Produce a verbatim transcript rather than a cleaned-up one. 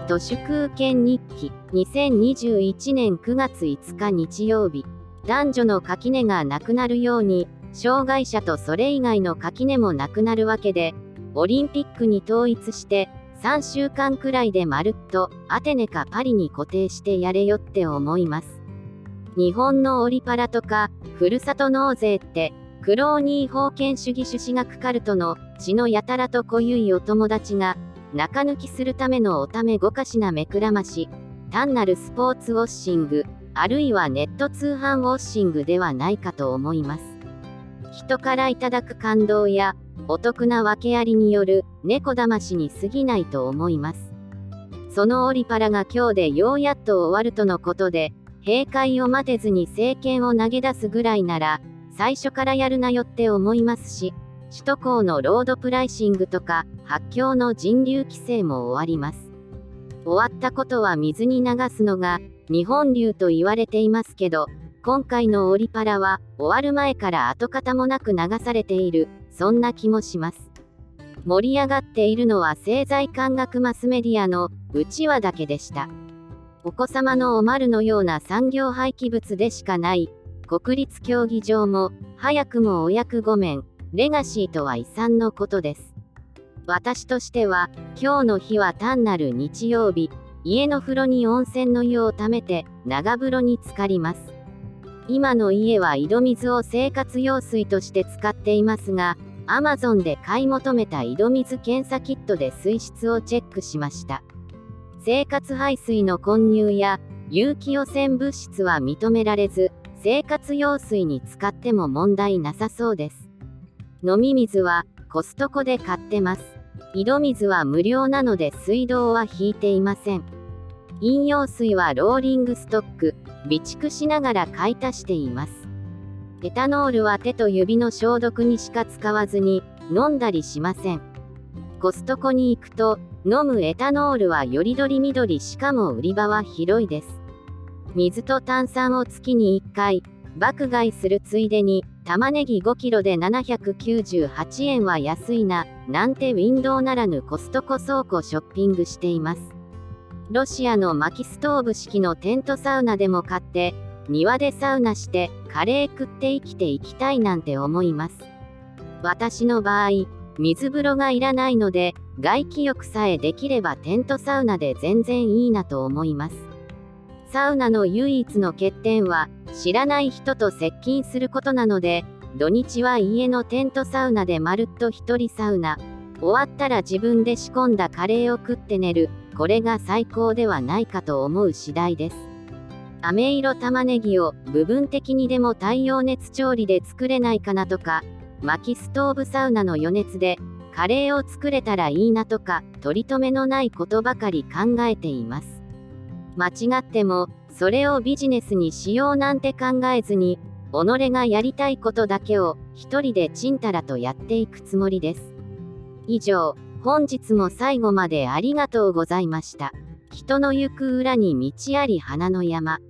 都市空権日記にせんにじゅういちねんくがついつか日曜日、男女の垣根がなくなるように、障害者とそれ以外の垣根もなくなるわけで、オリンピックに統一して、さんしゅうかんくらいでまるっと、アテネかパリに固定してやれよって思います。日本のオリパラとか、ふるさと納税って、クローニー封建主義朱子学カルトの血のやたらと濃ゆいお友達が、中抜きするためのおためごかしな目くらまし、単なるスポーツウォッシング、あるいはネット通販ウォッシングではないかと思います。人からいただく感動や、お得な訳ありによる猫だましに過ぎないと思います。そのオリパラが今日でようやっと終わるとのことで、閉会を待てずに政権を投げ出すぐらいなら、最初からやるなよって思いますし、首都高のロードプライシングとか、発狂の人流規制も終わります。終わったことは水に流すのが、日本流と言われていますけど、今回のオリパラは、終わる前から跡形もなく流されている、そんな気もします。盛り上がっているのは政財官学マスメディアの、うちわだけでした。お子様のおまるのような産業廃棄物でしかない、国立競技場も、早くもお役御免、レガシーとは遺産のことです。私としては、今日の日は単なる日曜日、家の風呂に温泉の湯をためて、長風呂に浸かります。今の家は井戸水を生活用水として使っていますが、アマゾンで買い求めた井戸水検査キットで水質をチェックしました。生活排水の混入や、有機汚染物質は認められず、生活用水に使っても問題なさそうです。飲み水はコストコで買ってます。井戸水は無料なので水道は引いていません。飲用水はローリングストック、備蓄しながら買い足しています。エタノールは手と指の消毒にしか使わずに飲んだりしません。コストコに行くと飲むエタノールはよりどりみどり、しかも売り場は広いです。水と炭酸を月にいっかい爆買いするついでに玉ねぎごキロでななひゃくきゅうじゅうはちえんは安いな、なんてウィンドウならぬコストコ倉庫ショッピングしています。ロシアの薪ストーブ式のテントサウナでも買って、庭でサウナして、カレー食って生きていきたいなんて思います。私の場合、水風呂がいらないので、外気浴さえできればテントサウナで全然いいなと思います。サウナの唯一の欠点は、知らない人と接近することなので、土日は家のテントサウナでまるっと一人サウナ。終わったら自分で仕込んだカレーを食って寝る。これが最高ではないかと思う次第です。飴色玉ねぎを部分的にでも太陽熱調理で作れないかなとか、薪ストーブサウナの余熱でカレーを作れたらいいなとか、取り留めのないことばかり考えています。間違っても、それをビジネスにしようなんて考えずに、己がやりたいことだけを一人でちんたらとやっていくつもりです。以上、本日も最後までありがとうございました。人の行く裏に道あり花の山。